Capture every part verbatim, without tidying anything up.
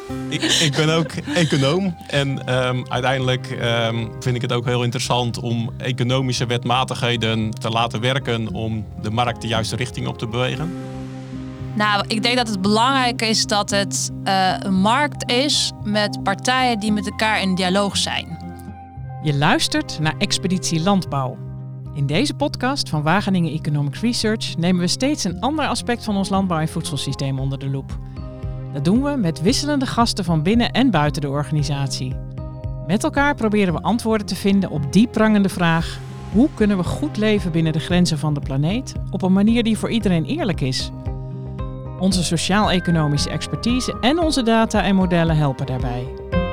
ik, ik ben ook econoom en um, uiteindelijk um, vind ik het ook heel interessant om economische wetmatigheden te laten werken om de markt de juiste richting op te bewegen. Nou, ik denk dat het belangrijk is dat het uh, een markt is met partijen die met elkaar in dialoog zijn. Je luistert naar Expeditie Landbouw. In deze podcast van Wageningen Economic Research nemen we steeds een ander aspect van ons landbouw- en voedselsysteem onder de loep. Dat doen we met wisselende gasten van binnen en buiten de organisatie. Met elkaar proberen we antwoorden te vinden op die prangende vraag: hoe kunnen we goed leven binnen de grenzen van de planeet op een manier die voor iedereen eerlijk is? Onze sociaal-economische expertise en onze data en modellen helpen daarbij.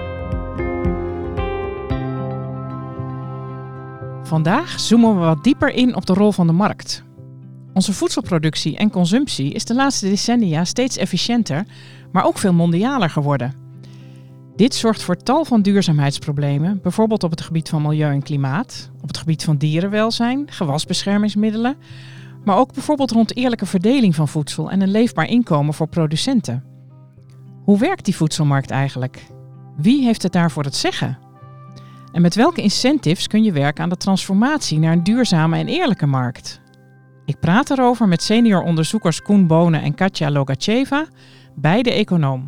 Vandaag zoomen we wat dieper in op de rol van de markt. Onze voedselproductie en consumptie is de laatste decennia steeds efficiënter, maar ook veel mondialer geworden. Dit zorgt voor tal van duurzaamheidsproblemen, bijvoorbeeld op het gebied van milieu en klimaat, op het gebied van dierenwelzijn, gewasbeschermingsmiddelen, maar ook bijvoorbeeld rond eerlijke verdeling van voedsel en een leefbaar inkomen voor producenten. Hoe werkt die voedselmarkt eigenlijk? Wie heeft het daarvoor het zeggen? En met welke incentives kun je werken aan de transformatie naar een duurzame en eerlijke markt? Ik praat erover met senior onderzoekers Koen Bonen en Katja Logacheva, beide econoom.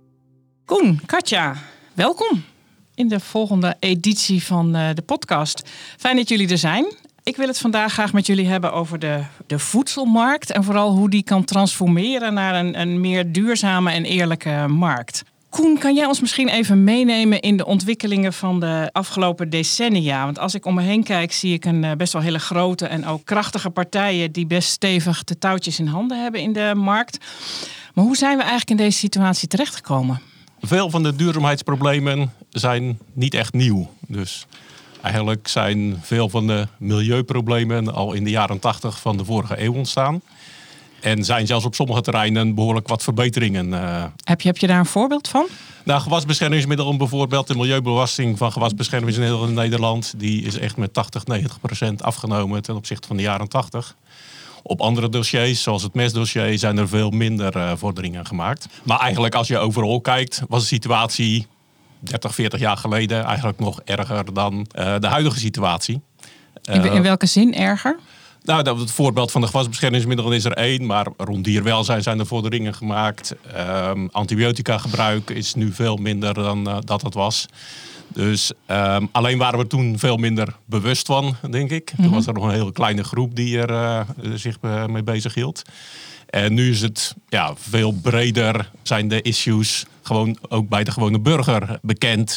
Koen, Katja, welkom in de volgende editie van de podcast. Fijn dat jullie er zijn. Ik wil het vandaag graag met jullie hebben over de, de voedselmarkt en vooral hoe die kan transformeren naar een, een meer duurzame en eerlijke markt. Koen, kan jij ons misschien even meenemen in de ontwikkelingen van de afgelopen decennia? Want als ik om me heen kijk, zie ik een best wel hele grote en ook krachtige partijen die best stevig de touwtjes in handen hebben in de markt. Maar hoe zijn we eigenlijk in deze situatie terechtgekomen? Veel van de duurzaamheidsproblemen zijn niet echt nieuw. Dus eigenlijk zijn veel van de milieuproblemen al in de jaren tachtig van de vorige eeuw ontstaan. En zijn zelfs op sommige terreinen behoorlijk wat verbeteringen. Uh... Heb je, heb je daar een voorbeeld van? Nou, gewasbeschermingsmiddelen bijvoorbeeld. De milieubelasting van gewasbeschermingsmiddelen in Nederland, die is echt met tachtig, negentig procent afgenomen ten opzichte van de jaren tachtig. Op andere dossiers, zoals het mestdossier, zijn er veel minder uh, vorderingen gemaakt. Maar eigenlijk als je overal kijkt, was de situatie dertig, veertig jaar geleden eigenlijk nog erger dan uh, de huidige situatie. Uh, in, in welke zin erger? Nou, het voorbeeld van de gewasbeschermingsmiddelen is er één, maar rond dierwelzijn zijn er vorderingen gemaakt. Um, antibiotica gebruik is nu veel minder dan uh, dat het was. Dus um, alleen waren we toen veel minder bewust van, denk ik. Mm-hmm. Toen was er nog een hele kleine groep die er uh, zich uh, mee bezig hield. En nu is het ja, veel breder, zijn de issues gewoon ook bij de gewone burger bekend.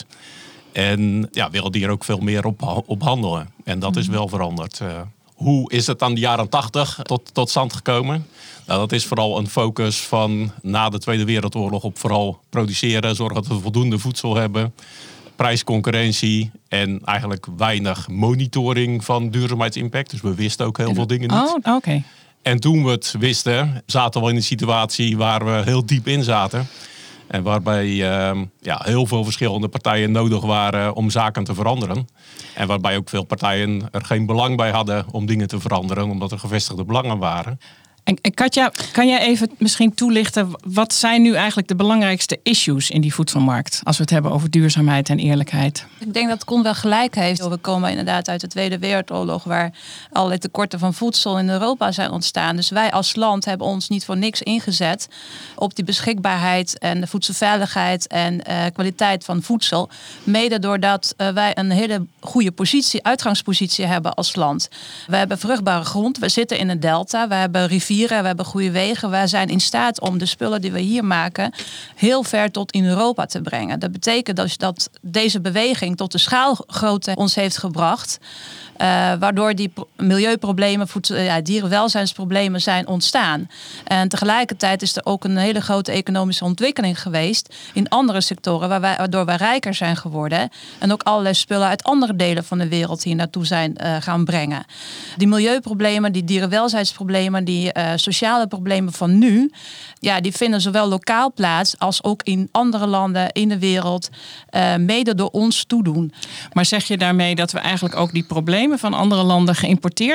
En ja, wil die er ook veel meer op, op handelen. En dat mm-hmm. is wel veranderd. Uh, Hoe is het aan de jaren tachtig tot, tot stand gekomen? Nou, dat is vooral een focus van na de Tweede Wereldoorlog op vooral produceren, zorgen dat we voldoende voedsel hebben, prijsconcurrentie en eigenlijk weinig monitoring van duurzaamheidsimpact. Dus we wisten ook heel veel dingen niet. Oh, oké. Okay. En toen we het wisten, zaten we in een situatie waar we heel diep in zaten. En waarbij uh, ja, heel veel verschillende partijen nodig waren om zaken te veranderen. En waarbij ook veel partijen er geen belang bij hadden om dingen te veranderen, omdat er gevestigde belangen waren. En, en Katja, kan jij even misschien toelichten, wat zijn nu eigenlijk de belangrijkste issues in die voedselmarkt? Als we het hebben over duurzaamheid en eerlijkheid. Ik denk dat Koen wel gelijk heeft. We komen inderdaad uit de Tweede Wereldoorlog, waar allerlei tekorten van voedsel in Europa zijn ontstaan. Dus wij als land hebben ons niet voor niks ingezet op die beschikbaarheid en de voedselveiligheid en uh, kwaliteit van voedsel. Mede doordat uh, wij een hele goede positie, uitgangspositie hebben als land. We hebben vruchtbare grond, we zitten in een delta, we hebben rivieren. We hebben goede wegen. Wij zijn in staat om de spullen die we hier maken heel ver tot in Europa te brengen. Dat betekent dus dat deze beweging tot de schaalgrootte ons heeft gebracht. Uh, waardoor die milieuproblemen, voedsel, ja, dierenwelzijnsproblemen zijn ontstaan. En tegelijkertijd is er ook een hele grote economische ontwikkeling geweest in andere sectoren, waar wij, waardoor wij rijker zijn geworden. En ook allerlei spullen uit andere delen van de wereld hier naartoe zijn uh, gaan brengen. Die milieuproblemen, die dierenwelzijnsproblemen, die uh, sociale problemen van nu, ja, die vinden zowel lokaal plaats als ook in andere landen in de wereld uh, mede door ons toedoen. Maar zeg je daarmee dat we eigenlijk ook die problemen van andere landen geïmporteerd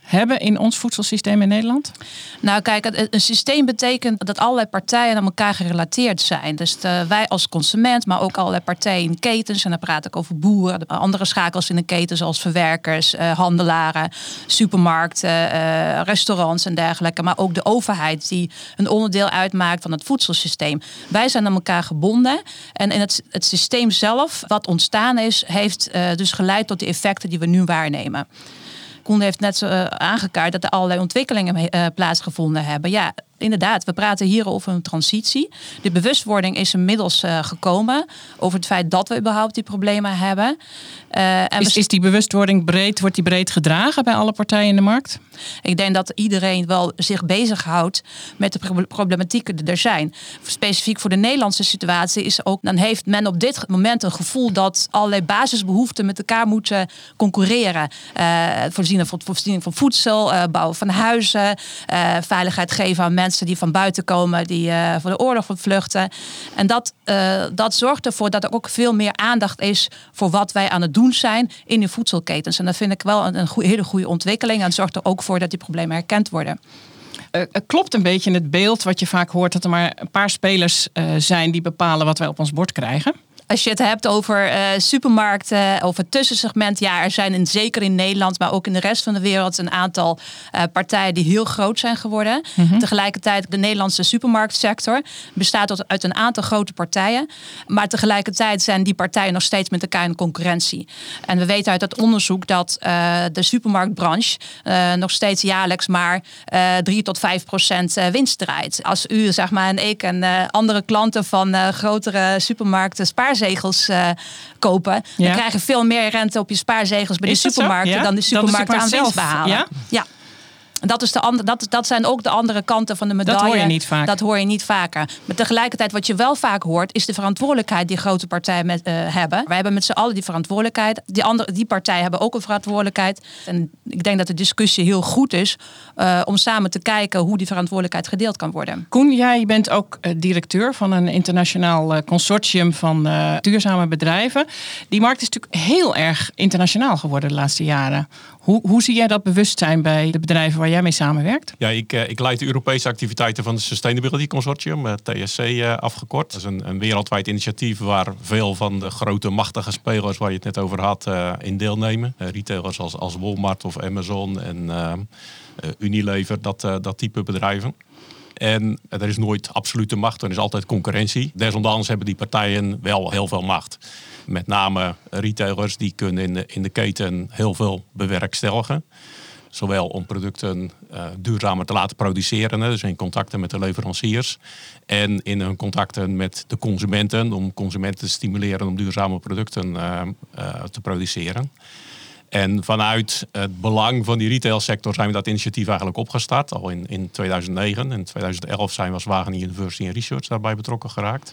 hebben in ons voedselsysteem in Nederland? Nou kijk, een systeem betekent dat allerlei partijen aan elkaar gerelateerd zijn. Dus de, wij als consument, maar ook allerlei partijen in ketens. En dan praat ik over boeren, andere schakels in de keten zoals verwerkers, eh, handelaren, supermarkten, eh, restaurants en dergelijke. Maar ook de overheid die een onderdeel uitmaakt van het voedselsysteem. Wij zijn aan elkaar gebonden. En in het, het systeem zelf, wat ontstaan is, heeft uh, dus geleid tot de effecten die we nu waarnemen. Koen heeft net uh, aangekaart dat er allerlei ontwikkelingen uh, plaatsgevonden hebben. Ja, inderdaad, we praten hier over een transitie. De bewustwording is inmiddels uh, gekomen over het feit dat we überhaupt die problemen hebben. Uh, en is, is die bewustwording breed, wordt die breed gedragen bij alle partijen in de markt? Ik denk dat iedereen wel zich bezighoudt met de problematieken die er zijn. Specifiek voor de Nederlandse situatie is ook, dan heeft men op dit moment een gevoel dat allerlei basisbehoeften met elkaar moeten concurreren. Uh, voorziening, van, voorziening van voedsel, uh, bouwen van huizen, uh, veiligheid geven aan mensen die van buiten komen, die uh, voor de oorlog vluchten. En dat, uh, dat zorgt ervoor dat er ook veel meer aandacht is voor wat wij aan het doen zijn in de voedselketens. En dat vind ik wel een, een goeie, hele goede ontwikkeling. En het zorgt er ook voor dat die problemen herkend worden. Uh, klopt een beetje in het beeld wat je vaak hoort, dat er maar een paar spelers uh, zijn die bepalen wat wij op ons bord krijgen? Als je het hebt over uh, supermarkten, over het tussensegment. Ja, er zijn in, zeker in Nederland, maar ook in de rest van de wereld een aantal uh, partijen die heel groot zijn geworden. Mm-hmm. Tegelijkertijd, de Nederlandse supermarktsector bestaat uit een aantal grote partijen. Maar tegelijkertijd zijn die partijen nog steeds met elkaar in concurrentie. En we weten uit het onderzoek dat uh, de supermarktbranche uh, nog steeds jaarlijks maar uh, drie tot vijf procent winst draait. Als u, zeg maar, en ik en uh, andere klanten van uh, grotere supermarkten spaar Spaarzegels uh, kopen, ja. Dan krijg je veel meer rente op je spaarzegels bij de supermarkten ja? dan de supermarkten aan winst behalen. Ja? Ja. Dat, is de and- dat, dat zijn ook de andere kanten van de medaille. Dat hoor je niet vaak. Dat hoor je niet vaker. Maar tegelijkertijd wat je wel vaak hoort, is de verantwoordelijkheid die grote partijen met, uh, hebben. Wij hebben met z'n allen die verantwoordelijkheid. Die, andere, die partijen hebben ook een verantwoordelijkheid. En ik denk dat de discussie heel goed is uh, om samen te kijken hoe die verantwoordelijkheid gedeeld kan worden. Koen, jij bent ook uh, directeur van een internationaal uh, consortium van uh, duurzame bedrijven. Die markt is natuurlijk heel erg internationaal geworden de laatste jaren. Hoe, hoe zie jij dat bewustzijn bij de bedrijven waar jij mee samenwerkt? Ja, ik, ik leid de Europese activiteiten van het Sustainability Consortium, T S C uh, afgekort. Dat is een, een wereldwijd initiatief waar veel van de grote machtige spelers waar je het net over had uh, in deelnemen. Uh, retailers als, als Walmart of Amazon en uh, uh, Unilever, dat, uh, dat type bedrijven. En er is nooit absolute macht, er is altijd concurrentie. Desondanks hebben die partijen wel heel veel macht. Met name retailers die kunnen in de, in de keten heel veel bewerkstelligen. Zowel om producten uh, duurzamer te laten produceren, hè, dus in contacten met de leveranciers. En in hun contacten met de consumenten, om consumenten te stimuleren om duurzame producten uh, uh, te produceren. En vanuit het belang van die retailsector zijn we dat initiatief eigenlijk opgestart. Al in, in tweeduizend negen. In tweeduizend elf zijn we als Wageningen University Research daarbij betrokken geraakt.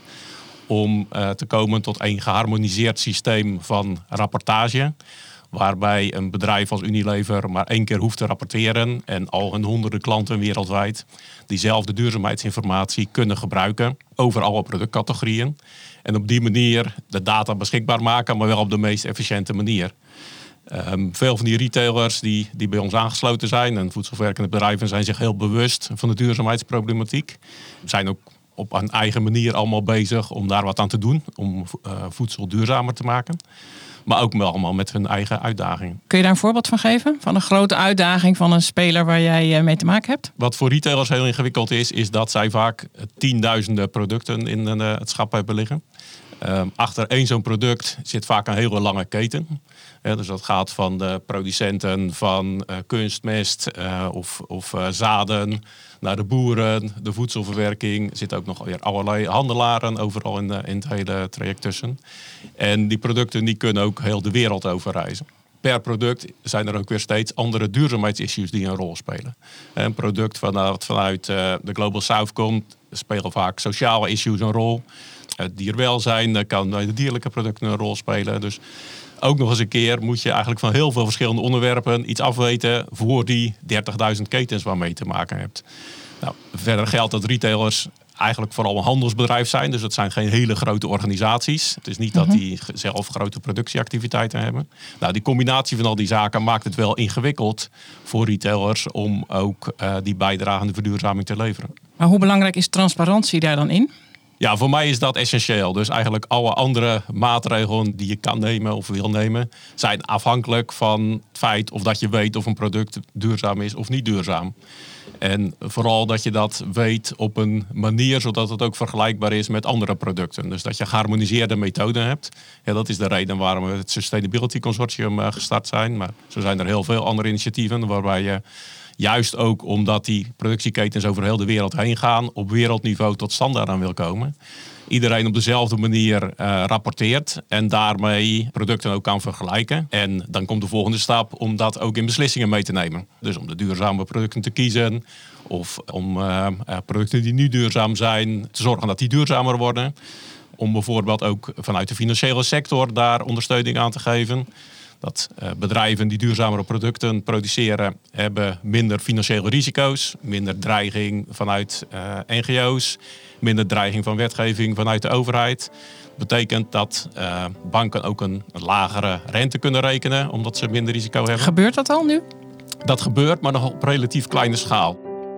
Om uh, te komen tot een geharmoniseerd systeem van rapportage. Waarbij een bedrijf als Unilever maar één keer hoeft te rapporteren. En al hun honderden klanten wereldwijd diezelfde duurzaamheidsinformatie kunnen gebruiken over alle productcategorieën. En op die manier de data beschikbaar maken, maar wel op de meest efficiënte manier. Um, veel van die retailers die, die bij ons aangesloten zijn en voedselverwerkende bedrijven zijn zich heel bewust van de duurzaamheidsproblematiek. We zijn ook op een eigen manier allemaal bezig om daar wat aan te doen, om uh, voedsel duurzamer te maken. Maar ook wel allemaal met hun eigen uitdagingen. Kun je daar een voorbeeld van geven? Van een grote uitdaging van een speler waar jij mee te maken hebt? Wat voor retailers heel ingewikkeld is, is dat zij vaak tienduizenden producten in uh, het schap hebben liggen. Uh, achter één zo'n product zit vaak een hele lange keten. Ja, dus dat gaat van de producenten van uh, kunstmest uh, of, of uh, zaden naar de boeren, de voedselverwerking. Er zitten ook nog weer allerlei handelaren overal in, de, in het hele traject tussen. En die producten die kunnen ook heel de wereld overreizen. Per product zijn er ook weer steeds andere duurzaamheidsissues die een rol spelen. Een product vanuit, vanuit uh, de Global South komt, spelen vaak sociale issues een rol. Het dierwelzijn, daar kan bij de dierlijke producten een rol spelen. Dus ook nog eens een keer moet je eigenlijk van heel veel verschillende onderwerpen iets afweten voor die dertigduizend ketens waarmee je te maken hebt. Nou, verder geldt dat retailers eigenlijk vooral een handelsbedrijf zijn. Dus het zijn geen hele grote organisaties. Het is niet dat die zelf grote productieactiviteiten hebben. Nou, die combinatie van al die zaken maakt het wel ingewikkeld voor retailers om ook uh, die bijdrage aan de verduurzaming te leveren. Maar hoe belangrijk is transparantie daar dan in? Ja, voor mij is dat essentieel. Dus eigenlijk alle andere maatregelen die je kan nemen of wil nemen, zijn afhankelijk van het feit of dat je weet of een product duurzaam is of niet duurzaam. En vooral dat je dat weet op een manier zodat het ook vergelijkbaar is met andere producten. Dus dat je geharmoniseerde methoden hebt. Ja, dat is de reden waarom we het Sustainability Consortium uh, gestart zijn. Maar zo zijn er heel veel andere initiatieven waarbij je juist ook omdat die productieketens over heel de wereld heen gaan, op wereldniveau tot standaard aan wil komen. Iedereen op dezelfde manier uh, rapporteert en daarmee producten ook kan vergelijken. En dan komt de volgende stap om dat ook in beslissingen mee te nemen. Dus om de duurzame producten te kiezen of om uh, uh, producten die nu duurzaam zijn te zorgen dat die duurzamer worden. Om bijvoorbeeld ook vanuit de financiële sector daar ondersteuning aan te geven. Dat uh, bedrijven die duurzamere producten produceren hebben minder financiële risico's, minder dreiging vanuit uh, N G O's, minder dreiging van wetgeving vanuit de overheid. Dat betekent dat uh, banken ook een lagere rente kunnen rekenen, omdat ze minder risico hebben. Gebeurt dat al nu? Dat gebeurt, maar nog op relatief kleine schaal.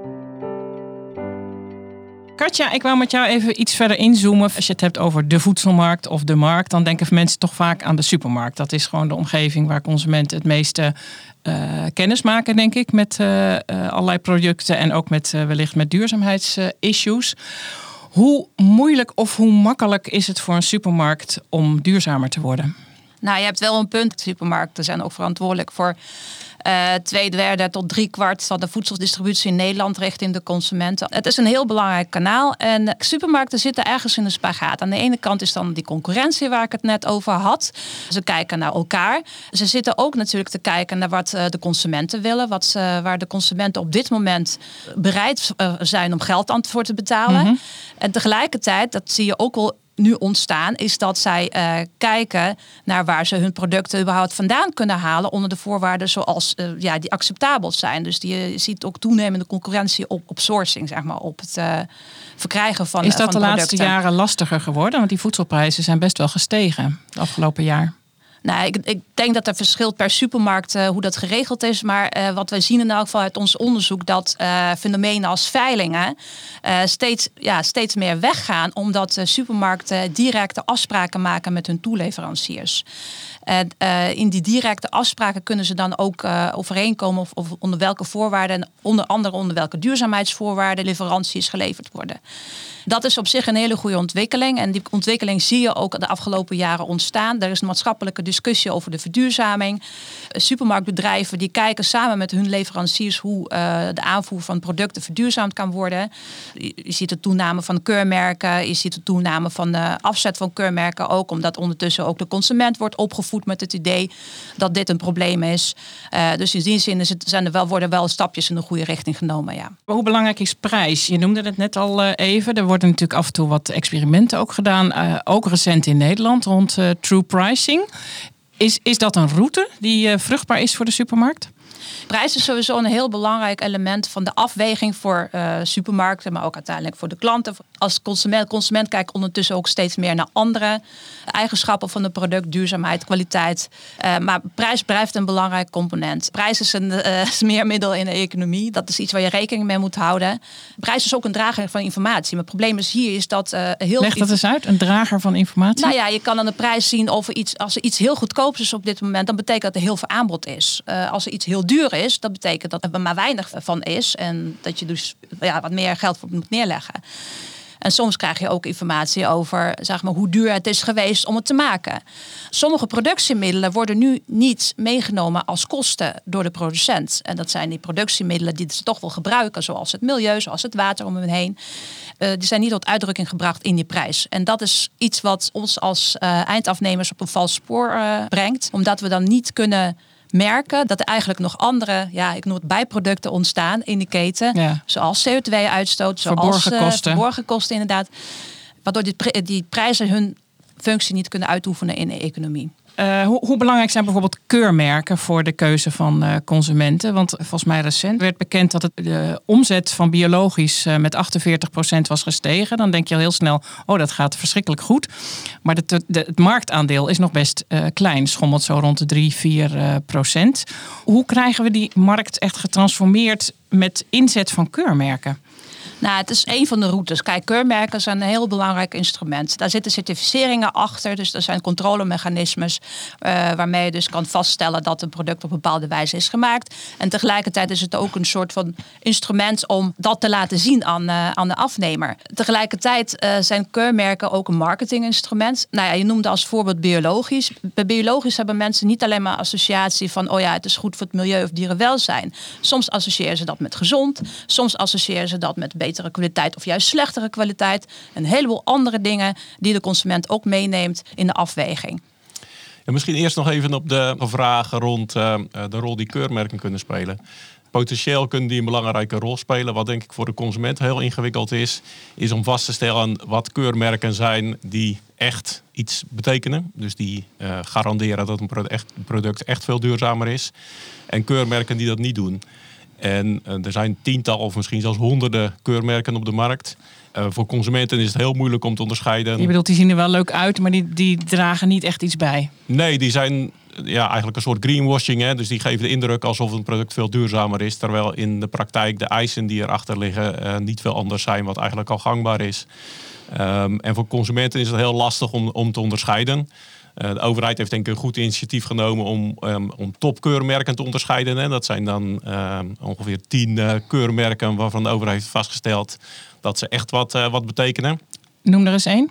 Katja, ik wou met jou even iets verder inzoomen. Als je het hebt over de voedselmarkt of de markt, dan denken mensen toch vaak aan de supermarkt. Dat is gewoon de omgeving waar consumenten het meeste uh, kennis maken, denk ik, met uh, uh, allerlei producten en ook met uh, wellicht met duurzaamheidsissues. Uh, hoe moeilijk of hoe makkelijk is het voor een supermarkt om duurzamer te worden? Nou, je hebt wel een punt. Supermarkten zijn ook verantwoordelijk voor Uh, twee derde tot drie kwart van de voedseldistributie in Nederland richting de consumenten. Het is een heel belangrijk kanaal. En supermarkten zitten ergens in de spagaat. Aan de ene kant is dan die concurrentie waar ik het net over had. Ze kijken naar elkaar. Ze zitten ook natuurlijk te kijken naar wat uh, de consumenten willen. Wat, uh, waar de consumenten op dit moment bereid uh, zijn om geld aan voor te betalen. Mm-hmm. En tegelijkertijd, dat zie je ook al nu ontstaan, is dat zij uh, kijken naar waar ze hun producten überhaupt vandaan kunnen halen onder de voorwaarden zoals uh, ja, die acceptabel zijn. Dus die, je ziet ook toenemende concurrentie op, op sourcing, zeg maar, op het uh, verkrijgen van producten. Is dat uh, de laatste jaren lastiger geworden? Want die voedselprijzen zijn best wel gestegen het afgelopen jaar. Nou, ik, ik denk dat er verschilt per supermarkt uh, hoe dat geregeld is. Maar uh, wat wij zien in elk geval uit ons onderzoek, dat uh, fenomenen als veilingen uh, steeds, ja, steeds meer weggaan. Omdat uh, supermarkten directe afspraken maken met hun toeleveranciers. En uh, in die directe afspraken kunnen ze dan ook uh, overeenkomen of, of onder welke voorwaarden, en onder andere onder welke duurzaamheidsvoorwaarden leveranties geleverd worden. Dat is op zich een hele goede ontwikkeling. En die ontwikkeling zie je ook de afgelopen jaren ontstaan. Er is een maatschappelijke discussie over de verduurzaming. Supermarktbedrijven die kijken samen met hun leveranciers hoe uh, de aanvoer van producten verduurzaamd kan worden. Je ziet de toename van keurmerken. Je ziet de toename van de afzet van keurmerken ook. Omdat ondertussen ook de consument wordt opgevoed met het idee dat dit een probleem is. Uh, dus in die zin is het, zijn er wel, worden wel stapjes in de goede richting genomen. Ja. Maar hoe belangrijk is prijs? Je noemde het net al uh, even. Er worden natuurlijk af en toe wat experimenten ook gedaan. Uh, ook recent in Nederland rond uh, true pricing. Is, is dat een route die uh, vruchtbaar is voor de supermarkt? Prijs is sowieso een heel belangrijk element van de afweging voor uh, supermarkten, maar ook uiteindelijk voor de klanten. Als consument, consument kijkt ondertussen ook steeds meer naar andere eigenschappen van het product, duurzaamheid, kwaliteit. Uh, maar prijs blijft een belangrijk component. Prijs is een uh, smeermiddel in de economie. Dat is iets waar je rekening mee moet houden. Prijs is ook een drager van informatie. Maar het probleem is hier is dat uh, heel. Leg dat eens uit, een drager van informatie. Nou ja, je kan aan de prijs zien of er iets, als er iets heel goedkoops is op dit moment, dan betekent dat er heel veel aanbod is. Uh, als er iets heel duur is, dat betekent dat er maar weinig van is en dat je dus ja, wat meer geld voor moet neerleggen. En soms krijg je ook informatie over, zeg maar, hoe duur het is geweest om het te maken. Sommige productiemiddelen worden nu niet meegenomen als kosten door de producent. En dat zijn die productiemiddelen die ze toch wel gebruiken, zoals het milieu, zoals het water om hen heen. Uh, die zijn niet tot uitdrukking gebracht in die prijs. En dat is iets wat ons als uh, eindafnemers op een vals spoor uh, brengt. Omdat we dan niet kunnen merken dat er eigenlijk nog andere, ja, ik noem het bijproducten ontstaan in de keten. Ja. Zoals C O twee uitstoot, zoals verborgen kosten. Uh, verborgen kosten inderdaad. Waardoor die, die prijzen hun functie niet kunnen uitoefenen in de economie. Uh, hoe, hoe belangrijk zijn bijvoorbeeld keurmerken voor de keuze van uh, consumenten? Want volgens mij recent werd bekend dat het, de omzet van biologisch uh, met achtenveertig procent was gestegen. Dan denk je al heel snel, oh dat gaat verschrikkelijk goed. Maar de, de, het marktaandeel is nog best uh, klein. Schommelt zo rond de drie, vier procent. Hoe krijgen we die markt echt getransformeerd met inzet van keurmerken? Nou, het is een van de routes. Kijk, keurmerken zijn een heel belangrijk instrument. Daar zitten certificeringen achter. Dus er zijn controlemechanismes uh, waarmee je dus kan vaststellen dat een product op een bepaalde wijze is gemaakt. En tegelijkertijd is het ook een soort van instrument om dat te laten zien aan, uh, aan de afnemer. Tegelijkertijd uh, zijn keurmerken ook een marketinginstrument. Nou ja, je noemde als voorbeeld biologisch. Bij biologisch hebben mensen niet alleen maar associatie van, oh ja, het is goed voor het milieu of dierenwelzijn. Soms associëren ze dat met gezond. Soms associëren ze dat met betere kwaliteit of juist slechtere kwaliteit. Een heleboel andere dingen die de consument ook meeneemt in de afweging. Ja, misschien eerst nog even op de vragen rond uh, de rol die keurmerken kunnen spelen. Potentieel kunnen die een belangrijke rol spelen. Wat denk ik voor de consument heel ingewikkeld is, is om vast te stellen wat keurmerken zijn die echt iets betekenen. Dus die uh, garanderen dat een product echt veel duurzamer is. En keurmerken die dat niet doen. En uh, er zijn tientallen of misschien zelfs honderden keurmerken op de markt. Uh, voor consumenten is het heel moeilijk om te onderscheiden. Je bedoelt, die zien er wel leuk uit, maar die, die dragen niet echt iets bij. Nee, die zijn ja, eigenlijk een soort greenwashing. Hè? Dus die geven de indruk alsof een product veel duurzamer is. Terwijl in de praktijk de eisen die erachter liggen uh, niet veel anders zijn, wat eigenlijk al gangbaar is. Um, en voor consumenten is het heel lastig om, om te onderscheiden. Uh, de overheid heeft denk ik een goed initiatief genomen om, um, om topkeurmerken te onderscheiden. Hè. Dat zijn dan uh, ongeveer tien uh, keurmerken waarvan de overheid heeft vastgesteld dat ze echt wat, uh, wat betekenen. Noem er eens één.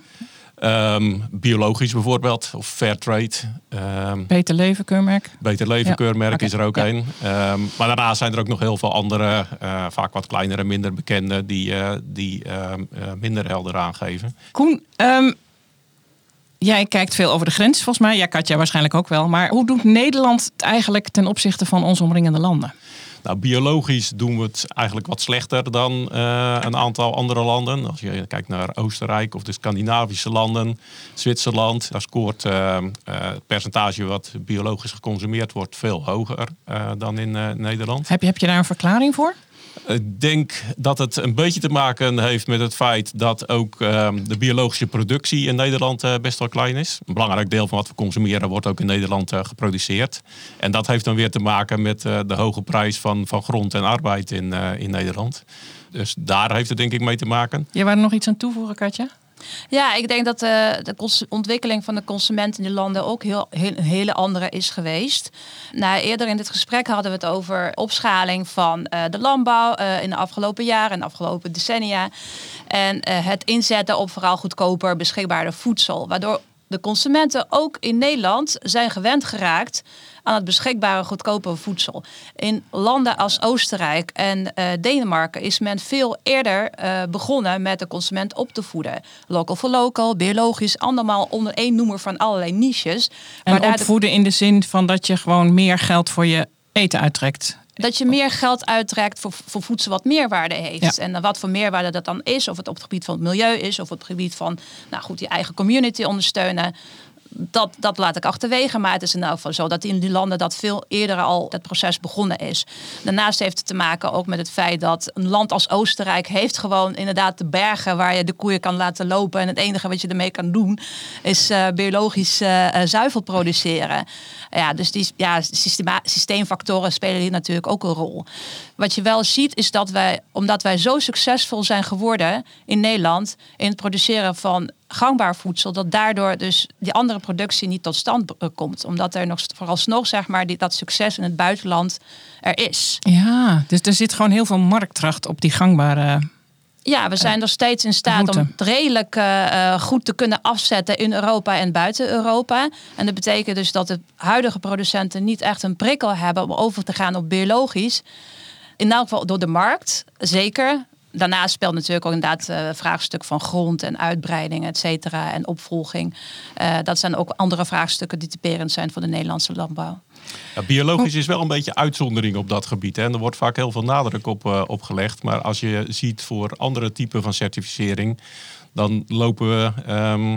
Um, biologisch bijvoorbeeld, of Fairtrade. Um, Beter Leven keurmerk. Beter Leven ja. keurmerk okay. is er ook één. Ja. Um, maar daarnaast zijn er ook nog heel veel andere, uh, vaak wat kleinere, minder bekende, die, uh, die uh, uh, minder helder aangeven. Koen, um, jij kijkt veel over de grens volgens mij. Ja, Katja waarschijnlijk ook wel. Maar hoe doet Nederland het eigenlijk ten opzichte van onze omringende landen? Nou, biologisch doen we het eigenlijk wat slechter dan uh, een aantal andere landen. Als je kijkt naar Oostenrijk of de Scandinavische landen, Zwitserland, daar scoort uh, uh, het percentage wat biologisch geconsumeerd wordt veel hoger uh, dan in uh, Nederland. Heb je, heb je daar een verklaring voor? Ik denk dat het een beetje te maken heeft met het feit dat ook uh, de biologische productie in Nederland uh, best wel klein is. Een belangrijk deel van wat we consumeren wordt ook in Nederland uh, geproduceerd. En dat heeft dan weer te maken met uh, de hoge prijs van, van grond en arbeid in, uh, in Nederland. Dus daar heeft het denk ik mee te maken. Jij wou er nog iets aan toevoegen, Katja? Ja, ik denk dat de, de cons- ontwikkeling van de consument in die landen ook heel, heel, een hele andere is geweest. Nou, eerder in dit gesprek hadden we het over opschaling van uh, de landbouw uh, in de afgelopen jaren en de afgelopen decennia. En uh, het inzetten op vooral goedkoper beschikbare voedsel. Waardoor de consumenten ook in Nederland zijn gewend geraakt aan het beschikbare goedkope voedsel. In landen als Oostenrijk en uh, Denemarken is men veel eerder uh, begonnen met de consument op te voeden. Local for local, biologisch, allemaal onder één noemer van allerlei niches. En opvoeden de... in de zin van dat je gewoon meer geld voor je eten uittrekt. Dat je meer geld uittrekt voor, voor voedsel wat meerwaarde heeft. Ja. En wat voor meerwaarde dat dan is. Of het op het gebied van het milieu is. Of op het gebied van nou goed, je eigen community ondersteunen. Dat, dat laat ik achterwege. Maar het is in elk geval zo dat in die landen dat veel eerder al het proces begonnen is. Daarnaast heeft het te maken ook met het feit dat een land als Oostenrijk heeft gewoon inderdaad de bergen waar je de koeien kan laten lopen. En het enige wat je ermee kan doen is uh, biologisch uh, zuivel produceren. Ja, dus die ja, systema- systeemfactoren spelen hier natuurlijk ook een rol. Wat je wel ziet is dat wij, omdat wij zo succesvol zijn geworden in Nederland in het produceren van gangbaar voedsel, dat daardoor dus die andere productie niet tot stand komt. Omdat er nog vooralsnog zeg maar die, dat succes in het buitenland er is. Ja, dus er zit gewoon heel veel marktkracht op die gangbare. Ja, we zijn nog steeds in staat route. om het redelijk uh, goed te kunnen afzetten in Europa en buiten Europa. En dat betekent dus dat de huidige producenten niet echt een prikkel hebben om over te gaan op biologisch. In elk geval door de markt, zeker. Daarnaast speelt natuurlijk ook inderdaad uh, vraagstuk van grond en uitbreiding, et cetera, en opvolging. Uh, dat zijn ook andere vraagstukken die typerend zijn voor de Nederlandse landbouw. Ja, biologisch is wel een beetje uitzondering op dat gebied. Hè. En er wordt vaak heel veel nadruk op, uh, op gelegd. Maar als je ziet voor andere typen van certificering, dan lopen we um,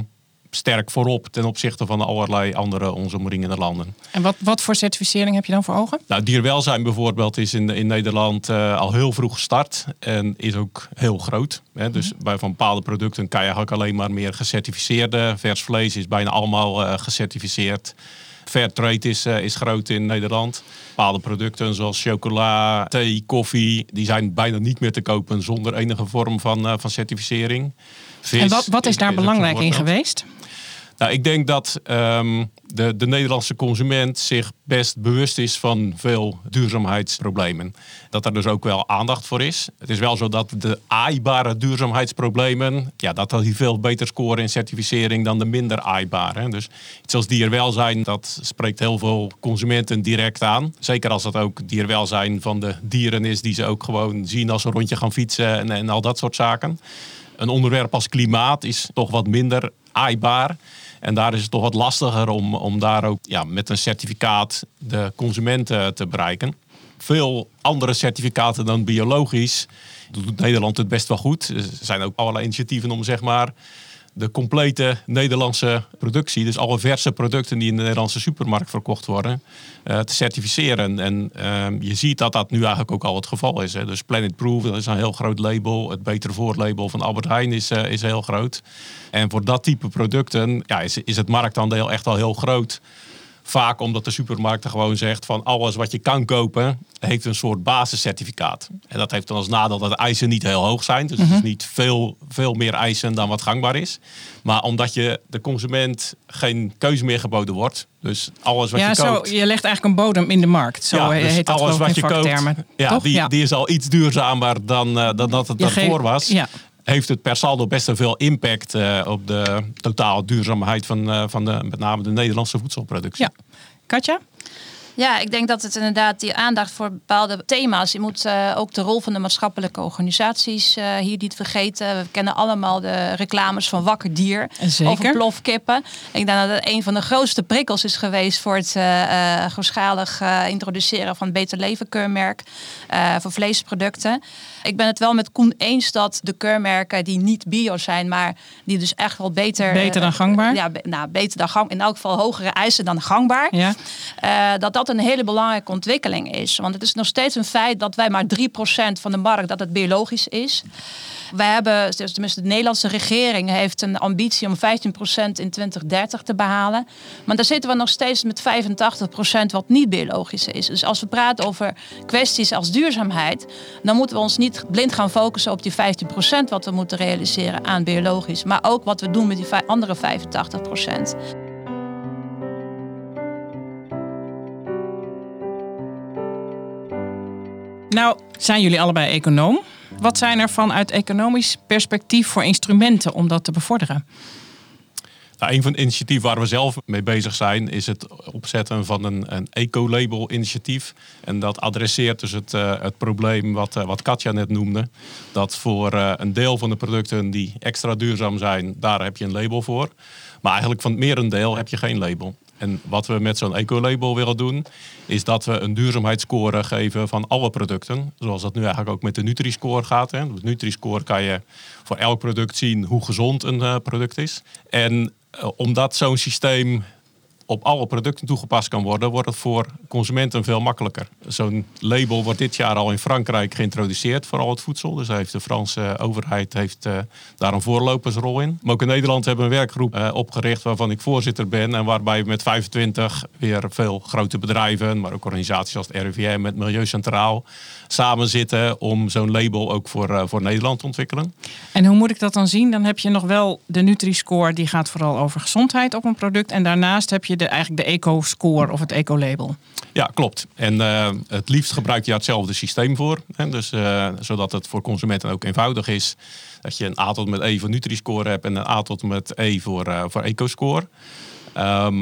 sterk voorop ten opzichte van allerlei andere ons omringende landen. En wat, wat voor certificering heb je dan voor ogen? Nou, dierwelzijn bijvoorbeeld is in, in Nederland uh, al heel vroeg gestart en is ook heel groot. Hè. Dus mm-hmm. bij van bepaalde producten kan je eigenlijk alleen maar meer gecertificeerde. Vers vlees is bijna allemaal uh, gecertificeerd. Fairtrade is, uh, is groot in Nederland. Bepaalde producten zoals chocola, thee, koffie, die zijn bijna niet meer te kopen zonder enige vorm van, uh, van certificering. Vis en wat, wat is daar is, belangrijk in geweest? Nou, ik denk dat um, de, de Nederlandse consument zich best bewust is van veel duurzaamheidsproblemen. Dat er dus ook wel aandacht voor is. Het is wel zo dat de aaibare duurzaamheidsproblemen, ja, dat die veel beter scoren in certificering dan de minder aaibare. Dus iets als dierwelzijn, dat spreekt heel veel consumenten direct aan. Zeker als dat ook dierwelzijn van de dieren is die ze ook gewoon zien als ze een rondje gaan fietsen en, en al dat soort zaken. Een onderwerp als klimaat is toch wat minder aaibaar. En daar is het toch wat lastiger om, om daar ook ja, met een certificaat de consumenten te bereiken. Veel andere certificaten dan biologisch doet Nederland het best wel goed. Er zijn ook allerlei initiatieven om zeg maar de complete Nederlandse productie, dus alle verse producten die in de Nederlandse supermarkt verkocht worden, uh, te certificeren. En uh, je ziet dat dat nu eigenlijk ook al het geval is. Hè. Dus Planet Proof, dat is een heel groot label. Het Beter Voor label van Albert Heijn is, uh, is heel groot. En voor dat type producten ja, is, is het marktaandeel echt al heel groot. Vaak omdat de supermarkt gewoon zegt van alles wat je kan kopen heeft een soort basiscertificaat. En dat heeft dan als nadeel dat de eisen niet heel hoog zijn. Dus mm-hmm. het is niet veel, veel meer eisen dan wat gangbaar is. Maar omdat je de consument geen keuze meer geboden wordt. Dus alles wat ja, je zo, koopt. Je legt eigenlijk een bodem in de markt. Zo ja, dus heet dat alles wat je vaktermen. koopt, ja, die, ja. die is al iets duurzamer dan, uh, dan dat het daarvoor was. Ja. Heeft het per saldo best wel veel impact uh, op de totale duurzaamheid van, uh, van de, met name de Nederlandse voedselproductie. Ja. Katja? Ja, ik denk dat het inderdaad die aandacht voor bepaalde thema's. Je moet uh, ook de rol van de maatschappelijke organisaties uh, hier niet vergeten. We kennen allemaal de reclames van Wakker Dier. Zeker. Over plofkippen. Ik denk dat het een van de grootste prikkels is geweest voor het uh, uh, grootschalig uh, introduceren van het Beter Leven keurmerk uh, voor vleesproducten. Ik ben het wel met Koen eens dat de keurmerken die niet bio zijn, maar die dus echt wel beter... Beter dan gangbaar? Uh, ja, be- nou, beter dan gangbaar. In elk geval hogere eisen dan gangbaar. Ja. Uh, dat dat een hele belangrijke ontwikkeling is. Want het is nog steeds een feit dat wij maar drie procent van de markt, dat het biologisch is. Wij hebben, tenminste de Nederlandse regering heeft een ambitie om vijftien procent in twintig dertig te behalen. Maar daar zitten we nog steeds met vijfentachtig procent wat niet biologisch is. Dus als we praten over kwesties als duurzaamheid, dan moeten we ons niet blind gaan focussen op die vijftien procent wat we moeten realiseren aan biologisch. Maar ook wat we doen met die andere vijfentachtig procent. Nou, zijn jullie allebei econoom? Wat zijn er vanuit economisch perspectief voor instrumenten om dat te bevorderen? Nou, een van de initiatieven waar we zelf mee bezig zijn is het opzetten van een, een ecolabel initiatief. En dat adresseert dus het, uh, het probleem wat, uh, wat Katja net noemde. Dat voor uh, een deel van de producten die extra duurzaam zijn, daar heb je een label voor. Maar eigenlijk van het merendeel heb je geen label. En wat we met zo'n ecolabel willen doen, is dat we een duurzaamheidsscore geven van alle producten. Zoals dat nu eigenlijk ook met de Nutri-score gaat. Hè. Met Nutri-score kan je voor elk product zien hoe gezond een uh, product is. En uh, omdat zo'n systeem op alle producten toegepast kan worden, wordt het voor consumenten veel makkelijker. Zo'n label wordt dit jaar al in Frankrijk geïntroduceerd voor al het voedsel. Dus heeft de Franse overheid heeft, uh, daar een voorlopersrol in. Maar ook in Nederland hebben we een werkgroep uh, opgericht waarvan ik voorzitter ben. En waarbij we met vijfentwintig weer veel grote bedrijven, maar ook organisaties als het R I V M, met Milieu Centraal, samen zitten om zo'n label ook voor, uh, voor Nederland te ontwikkelen. En hoe moet ik dat dan zien? Dan heb je nog wel de Nutri-score, die gaat vooral over gezondheid op een product. En daarnaast heb je de, eigenlijk de eco-score of het eco-label. Ja, klopt. En uh, het liefst gebruik je hetzelfde systeem voor. Hè? Dus, uh, zodat het voor consumenten ook eenvoudig is. Dat je een A tot met E voor Nutri-score hebt en een A tot met E voor, uh, voor eco-score. Um,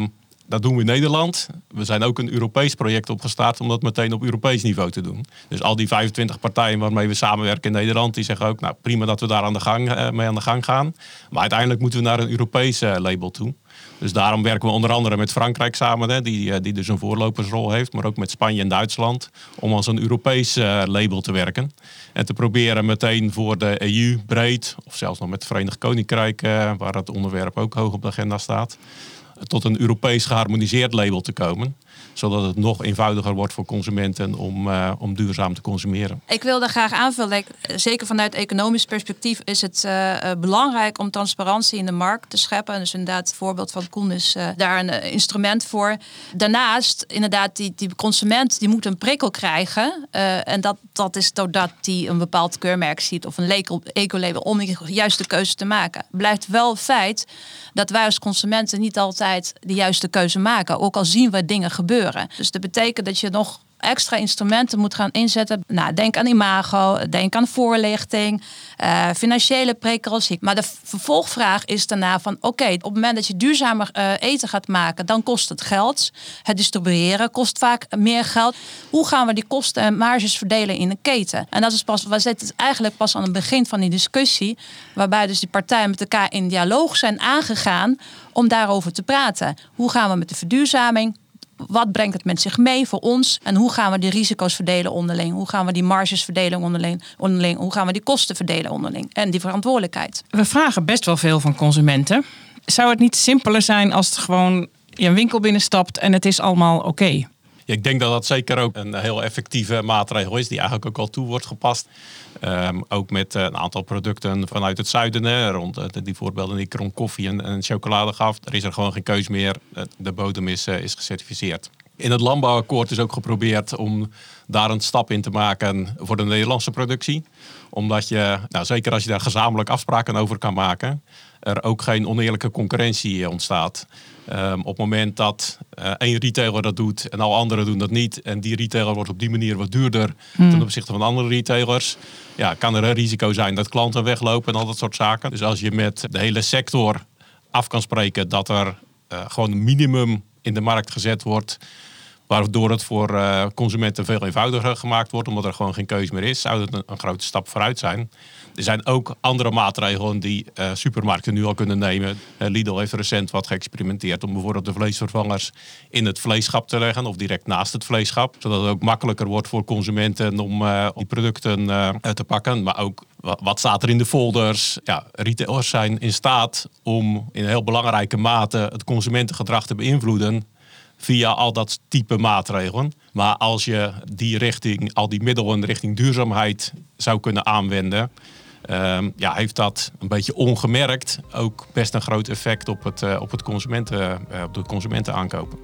Dat doen we in Nederland. We zijn ook een Europees project opgestart om dat meteen op Europees niveau te doen. Dus al die vijfentwintig partijen waarmee we samenwerken in Nederland, die zeggen ook, nou prima dat we daar aan de gang, uh, mee aan de gang gaan. Maar uiteindelijk moeten we naar een Europees uh, label toe. Dus daarom werken we onder andere met Frankrijk samen, hè, die, die dus een voorlopersrol heeft. Maar ook met Spanje en Duitsland om als een Europees uh, label te werken. En te proberen meteen voor de E U breed, of zelfs nog met het Verenigd Koninkrijk, uh, waar het onderwerp ook hoog op de agenda staat, tot een Europees geharmoniseerd label te komen. Zodat het nog eenvoudiger wordt voor consumenten om, uh, om duurzaam te consumeren. Ik wil daar graag aanvullen. Zeker vanuit economisch perspectief is het uh, belangrijk om transparantie in de markt te scheppen. Dus inderdaad, het voorbeeld van Koen is uh, daar een uh, instrument voor. Daarnaast, inderdaad, die, die consument die moet een prikkel krijgen. Uh, en dat, dat is doordat hij een bepaald keurmerk ziet of een ecolabel om de juiste keuze te maken. Blijft wel het feit dat wij als consumenten niet altijd de juiste keuze maken. Ook al zien we dingen gebeuren. Dus dat betekent dat je nog extra instrumenten moet gaan inzetten. Nou, denk aan imago, denk aan voorlichting, uh, financiële prikkels. Maar de vervolgvraag is daarna van oké, okay, op het moment dat je duurzamer uh, eten gaat maken, dan kost het geld. Het distribueren kost vaak meer geld. Hoe gaan we die kosten en marges verdelen in een keten? En dat is pas, we zitten eigenlijk pas aan het begin van die discussie, waarbij dus die partijen met elkaar in dialoog zijn aangegaan om daarover te praten. Hoe gaan we met de verduurzaming? Wat brengt het met zich mee voor ons? En hoe gaan we die risico's verdelen onderling? Hoe gaan we die marges verdelen onderling? onderling? Hoe gaan we die kosten verdelen onderling? En die verantwoordelijkheid. We vragen best wel veel van consumenten. Zou het niet simpeler zijn als het gewoon je een winkel binnenstapt en het is allemaal oké? Okay? Ja, ik denk dat dat zeker ook een heel effectieve maatregel is die eigenlijk ook al toe wordt gepast. Um, ook met uh, een aantal producten vanuit het zuiden, hè, rond uh, die voorbeelden die ik rond koffie en, en chocolade gaf. Er is er gewoon geen keus meer. De bodem is, uh, is gecertificeerd. In het landbouwakkoord is ook geprobeerd om daar een stap in te maken voor de Nederlandse productie. Omdat je, nou, zeker als je daar gezamenlijk afspraken over kan maken, er ook geen oneerlijke concurrentie ontstaat. Um, op het moment dat uh, één retailer dat doet en al anderen doen dat niet, en die retailer wordt op die manier wat duurder hmm. ten opzichte van andere retailers, ja, kan er een risico zijn dat klanten weglopen en al dat soort zaken. Dus als je met de hele sector af kan spreken dat er uh, gewoon een minimum in de markt gezet wordt, waardoor het voor uh, consumenten veel eenvoudiger gemaakt wordt, omdat er gewoon geen keus meer is, zou het een, een grote stap vooruit zijn. Er zijn ook andere maatregelen die uh, supermarkten nu al kunnen nemen. Uh, Lidl heeft recent wat geëxperimenteerd om bijvoorbeeld de vleesvervangers in het vleesschap te leggen of direct naast het vleesschap. Zodat het ook makkelijker wordt voor consumenten om uh, die producten uh, te pakken. Maar ook wat staat er in de folders? Ja, retailers zijn in staat om in heel belangrijke mate het consumentengedrag te beïnvloeden via al dat type maatregelen. Maar als je die richting, al die middelen richting duurzaamheid zou kunnen aanwenden, Um, ja, heeft dat een beetje ongemerkt ook best een groot effect op het, uh, op het consumenten, uh, op de consumentenaankopen.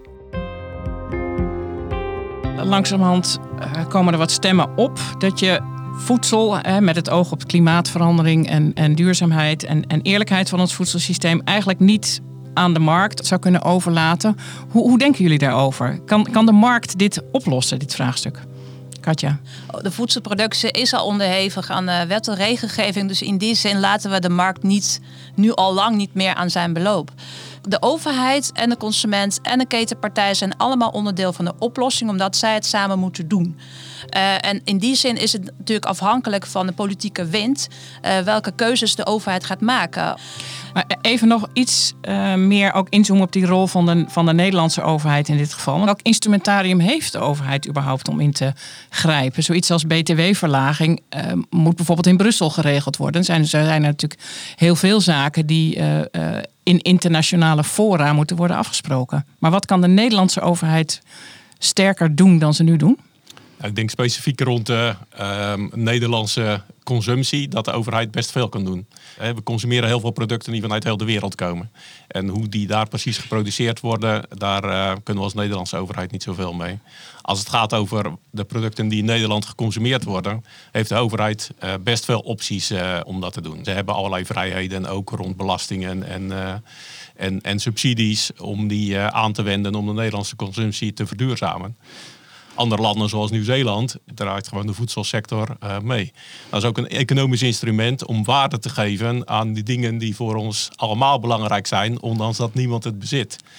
Langzamerhand uh, komen er wat stemmen op dat je voedsel, hè, met het oog op klimaatverandering en, en duurzaamheid en, en eerlijkheid van ons voedselsysteem eigenlijk niet aan de markt zou kunnen overlaten. Hoe, hoe denken jullie daarover? Kan, kan de markt dit oplossen, dit vraagstuk? Katja? De voedselproductie is al onderhevig aan uh, wet en regelgeving. Dus in die zin laten we de markt niet, nu al lang niet meer aan zijn beloop. De overheid en de consument en de ketenpartij zijn allemaal onderdeel van de oplossing, omdat zij het samen moeten doen. Uh, en in die zin is het natuurlijk afhankelijk van de politieke wind uh, welke keuzes de overheid gaat maken. Maar even nog iets uh, meer ook inzoomen op die rol van de, van de Nederlandse overheid in dit geval. Welk instrumentarium heeft de overheid überhaupt om in te grijpen? Zoiets als B T W-verlaging uh, moet bijvoorbeeld in Brussel geregeld worden. Er zijn, er zijn natuurlijk heel veel zaken die uh, uh, in internationale fora moeten worden afgesproken. Maar wat kan de Nederlandse overheid sterker doen dan ze nu doen? Ik denk specifiek rond de uh, Nederlandse consumptie dat de overheid best veel kan doen. We consumeren heel veel producten die vanuit heel de wereld komen. En hoe die daar precies geproduceerd worden, daar uh, kunnen we als Nederlandse overheid niet zoveel mee. Als het gaat over de producten die in Nederland geconsumeerd worden, heeft de overheid uh, best veel opties uh, om dat te doen. Ze hebben allerlei vrijheden, ook rond belastingen en, uh, en, en subsidies, om die uh, aan te wenden om de Nederlandse consumptie te verduurzamen. Andere landen zoals Nieuw-Zeeland draait gewoon de voedselsector uh, mee. Dat is ook een economisch instrument om waarde te geven aan die dingen die voor ons allemaal belangrijk zijn, ondanks dat niemand het bezit.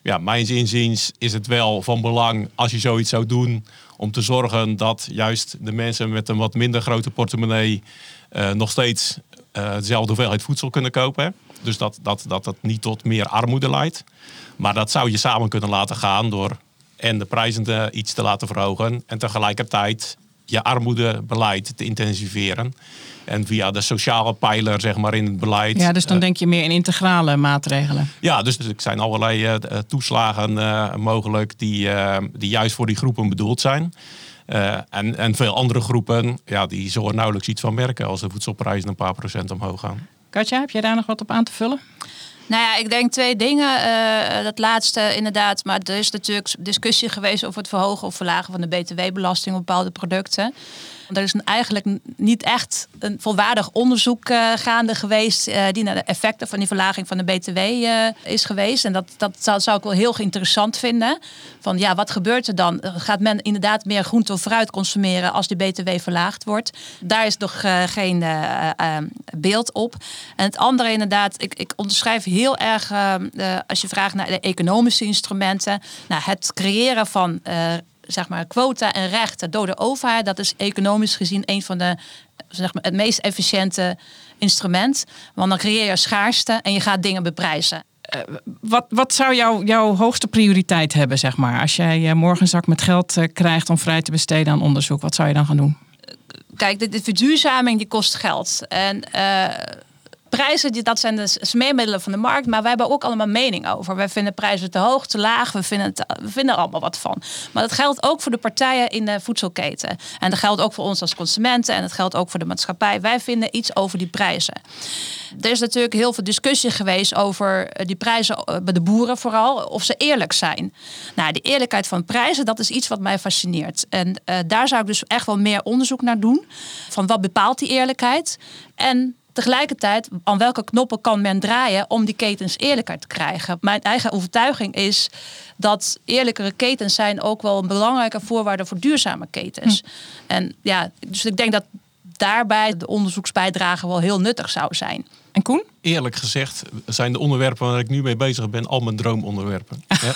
ja, mijns inziens is het wel van belang als je zoiets zou doen om te zorgen dat juist de mensen met een wat minder grote portemonnee uh, nog steeds uh, dezelfde hoeveelheid voedsel kunnen kopen. Dus dat, dat, dat het niet tot meer armoede leidt. Maar dat zou je samen kunnen laten gaan door en de prijzen te, iets te laten verhogen en tegelijkertijd je armoedebeleid te intensiveren. En via de sociale pijler, zeg maar, in het beleid. Ja, dus dan uh, denk je meer in integrale maatregelen. Ja, dus, dus er zijn allerlei uh, toeslagen uh, mogelijk die, uh, die juist voor die groepen bedoeld zijn. Uh, en, en veel andere groepen, ja, die zullen nauwelijks iets van merken als de voedselprijzen een paar procent omhoog gaan. Katja, heb jij daar nog wat op aan te vullen? Nou ja, ik denk twee dingen. Uh, dat laatste inderdaad. Maar er is natuurlijk discussie geweest over het verhogen of verlagen van de B T W-belasting op bepaalde producten. Er is eigenlijk niet echt een volwaardig onderzoek uh, gaande geweest uh, die naar de effecten van die verlaging van de B T W uh, is geweest. En dat, dat zou, zou ik wel heel interessant vinden. Van ja, wat gebeurt er dan? Gaat men inderdaad meer groente of fruit consumeren als die B T W verlaagd wordt? Daar is nog uh, geen uh, uh, beeld op. En het andere inderdaad, ik, ik onderschrijf heel erg uh, uh, als je vraagt naar de economische instrumenten. Nou, het creëren van Uh, zeg maar quota en rechten door de overheid, dat is economisch gezien een van de, zeg maar, het meest efficiënte instrument. Want dan creëer je schaarste en je gaat dingen beprijzen. Uh, wat, wat zou jou, jouw hoogste prioriteit hebben, zeg maar? Als jij uh, morgen een zak met geld uh, krijgt om vrij te besteden aan onderzoek, wat zou je dan gaan doen? Kijk, de, de verduurzaming die kost geld. En uh, prijzen, dat zijn de smeermiddelen van de markt. Maar wij hebben ook allemaal mening over. Wij vinden prijzen te hoog, te laag. We vinden, het, we vinden er allemaal wat van. Maar dat geldt ook voor de partijen in de voedselketen. En dat geldt ook voor ons als consumenten. En dat geldt ook voor de maatschappij. Wij vinden iets over die prijzen. Er is natuurlijk heel veel discussie geweest over die prijzen bij de boeren vooral. Of ze eerlijk zijn. Nou, de eerlijkheid van prijzen, dat is iets wat mij fascineert. En uh, daar zou ik dus echt wel meer onderzoek naar doen. Van wat bepaalt die eerlijkheid? En tegelijkertijd, aan welke knoppen kan men draaien om die ketens eerlijker te krijgen? Mijn eigen overtuiging is dat eerlijkere ketens zijn ook wel een belangrijke voorwaarde voor duurzame ketens. Hm. En ja, dus ik denk dat daarbij de onderzoeksbijdrage wel heel nuttig zou zijn. En Koen? Eerlijk gezegd zijn de onderwerpen waar ik nu mee bezig ben al mijn droomonderwerpen. Ja.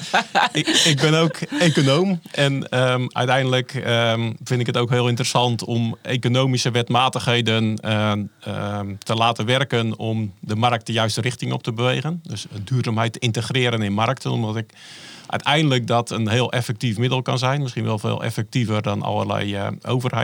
ik, ik ben ook econoom en um, uiteindelijk um, vind ik het ook heel interessant om economische wetmatigheden uh, uh, te laten werken om de markt de juiste richting op te bewegen. Dus duurzaamheid te integreren in markten, omdat ik uiteindelijk dat een heel effectief middel kan zijn. Misschien wel veel effectiever dan allerlei uh,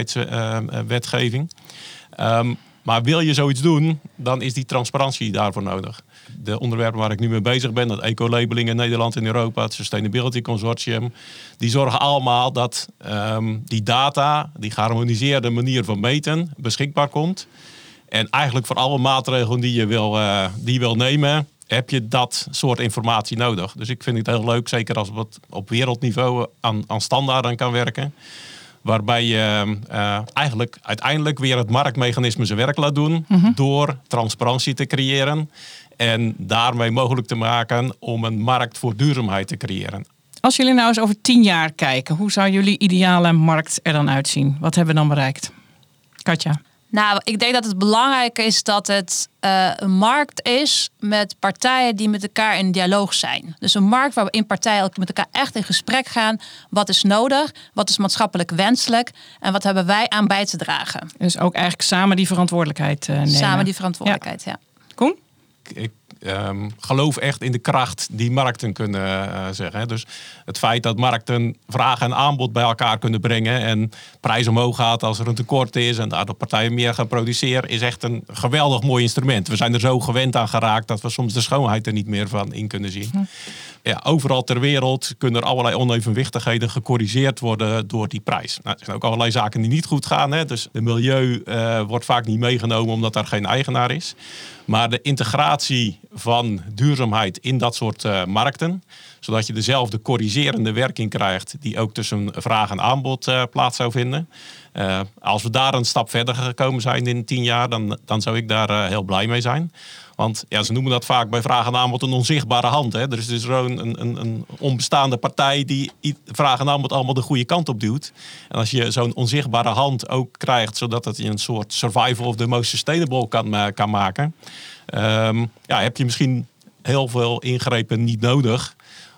overheidswetgeving. Uh, um, Maar wil je zoiets doen, dan is die transparantie daarvoor nodig. De onderwerpen waar ik nu mee bezig ben, dat eco-labeling in Nederland en Europa, het Sustainability Consortium, die zorgen allemaal dat um, die data, die geharmoniseerde manier van meten, beschikbaar komt. En eigenlijk voor alle maatregelen die je wil, uh, die je wil nemen, heb je dat soort informatie nodig. Dus ik vind het heel leuk, zeker als het op wereldniveau aan, aan standaarden kan werken. Waarbij je uh, eigenlijk uiteindelijk weer het marktmechanisme zijn werk laat doen. Mm-hmm. Door transparantie te creëren. En daarmee mogelijk te maken om een markt voor duurzaamheid te creëren. Als jullie nou eens over tien jaar kijken, hoe zou jullie ideale markt er dan uitzien? Wat hebben we dan bereikt? Katja? Nou, ik denk dat het belangrijk is dat het uh, een markt is met partijen die met elkaar in dialoog zijn. Dus een markt waarin partijen met elkaar echt in gesprek gaan. Wat is nodig? Wat is maatschappelijk wenselijk? En wat hebben wij aan bij te dragen? Dus ook eigenlijk samen die verantwoordelijkheid uh, nemen. Samen die verantwoordelijkheid, ja. ja. Koen? Ik um, geloof echt in de kracht die markten kunnen uh, zeggen. Hè. Dus het feit dat markten vraag en aanbod bij elkaar kunnen brengen en prijs omhoog gaat als er een tekort is en daardoor partijen meer gaan produceren, is echt een geweldig mooi instrument. We zijn er zo gewend aan geraakt dat we soms de schoonheid er niet meer van in kunnen zien. Hm. Ja, overal ter wereld kunnen er allerlei onevenwichtigheden gecorrigeerd worden door die prijs. Nou, er zijn ook allerlei zaken die niet goed gaan. Hè. Dus de milieu uh, wordt vaak niet meegenomen omdat daar geen eigenaar is. Maar de integratie van duurzaamheid in dat soort uh, markten, zodat je dezelfde corrigerende werking krijgt die ook tussen vraag en aanbod uh, plaats zou vinden. Uh, als we daar een stap verder gekomen zijn in tien jaar, dan, dan zou ik daar uh, heel blij mee zijn. Want ja, ze noemen dat vaak bij vraag en aanbod een onzichtbare hand. Hè. Er is dus gewoon een, een, een onbestaande partij die vraag en aanbod allemaal de goede kant op duwt. En als je zo'n onzichtbare hand ook krijgt, zodat het je een soort survival of the most sustainable kan, uh, kan maken, um, ja, heb je misschien heel veel ingrepen niet nodig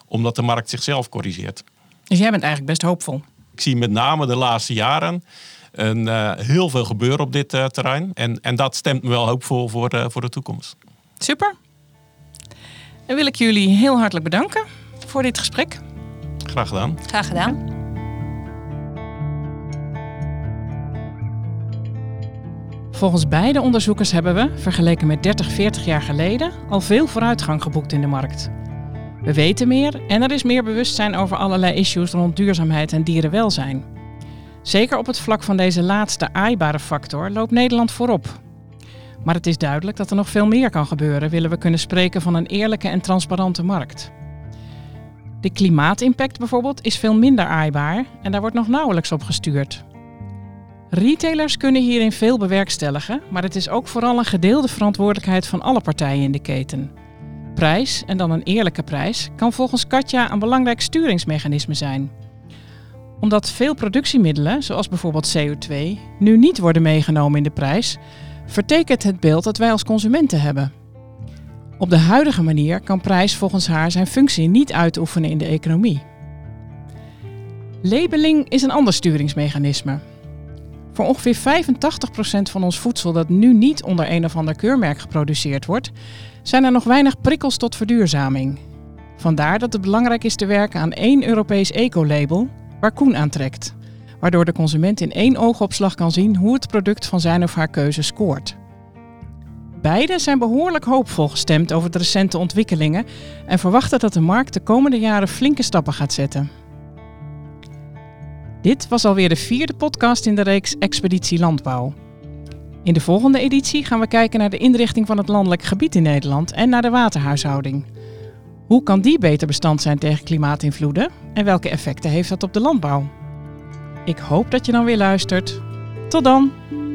omdat de markt zichzelf corrigeert. Dus jij bent eigenlijk best hoopvol. Ik zie met name de laatste jaren een, uh, heel veel gebeuren op dit uh, terrein. En, en dat stemt me wel hoopvol voor, uh, voor de toekomst. Super. Dan wil ik jullie heel hartelijk bedanken voor dit gesprek. Graag gedaan. Graag gedaan. Volgens beide onderzoekers hebben we, vergeleken met dertig, veertig jaar geleden, al veel vooruitgang geboekt in de markt. We weten meer en er is meer bewustzijn over allerlei issues rond duurzaamheid en dierenwelzijn. Zeker op het vlak van deze laatste aaibare factor loopt Nederland voorop. Maar het is duidelijk dat er nog veel meer kan gebeuren, willen we kunnen spreken van een eerlijke en transparante markt. De klimaatimpact bijvoorbeeld is veel minder aaibaar en daar wordt nog nauwelijks op gestuurd. Retailers kunnen hierin veel bewerkstelligen, maar het is ook vooral een gedeelde verantwoordelijkheid van alle partijen in de keten. Prijs, en dan een eerlijke prijs, kan volgens Katja een belangrijk sturingsmechanisme zijn. Omdat veel productiemiddelen, zoals bijvoorbeeld C O twee, nu niet worden meegenomen in de prijs, vertekent het beeld dat wij als consumenten hebben. Op de huidige manier kan prijs volgens haar zijn functie niet uitoefenen in de economie. Labeling is een ander sturingsmechanisme. Voor ongeveer vijfentachtig procent van ons voedsel dat nu niet onder een of ander keurmerk geproduceerd wordt, zijn er nog weinig prikkels tot verduurzaming. Vandaar dat het belangrijk is te werken aan één Europees ecolabel waar Koen aan trekt, waardoor de consument in één oogopslag kan zien hoe het product van zijn of haar keuze scoort. Beiden zijn behoorlijk hoopvol gestemd over de recente ontwikkelingen en verwachten dat de markt de komende jaren flinke stappen gaat zetten. Dit was alweer de vierde podcast in de reeks Expeditie Landbouw. In de volgende editie gaan we kijken naar de inrichting van het landelijk gebied in Nederland en naar de waterhuishouding. Hoe kan die beter bestand zijn tegen klimaatinvloeden en welke effecten heeft dat op de landbouw? Ik hoop dat je dan weer luistert. Tot dan!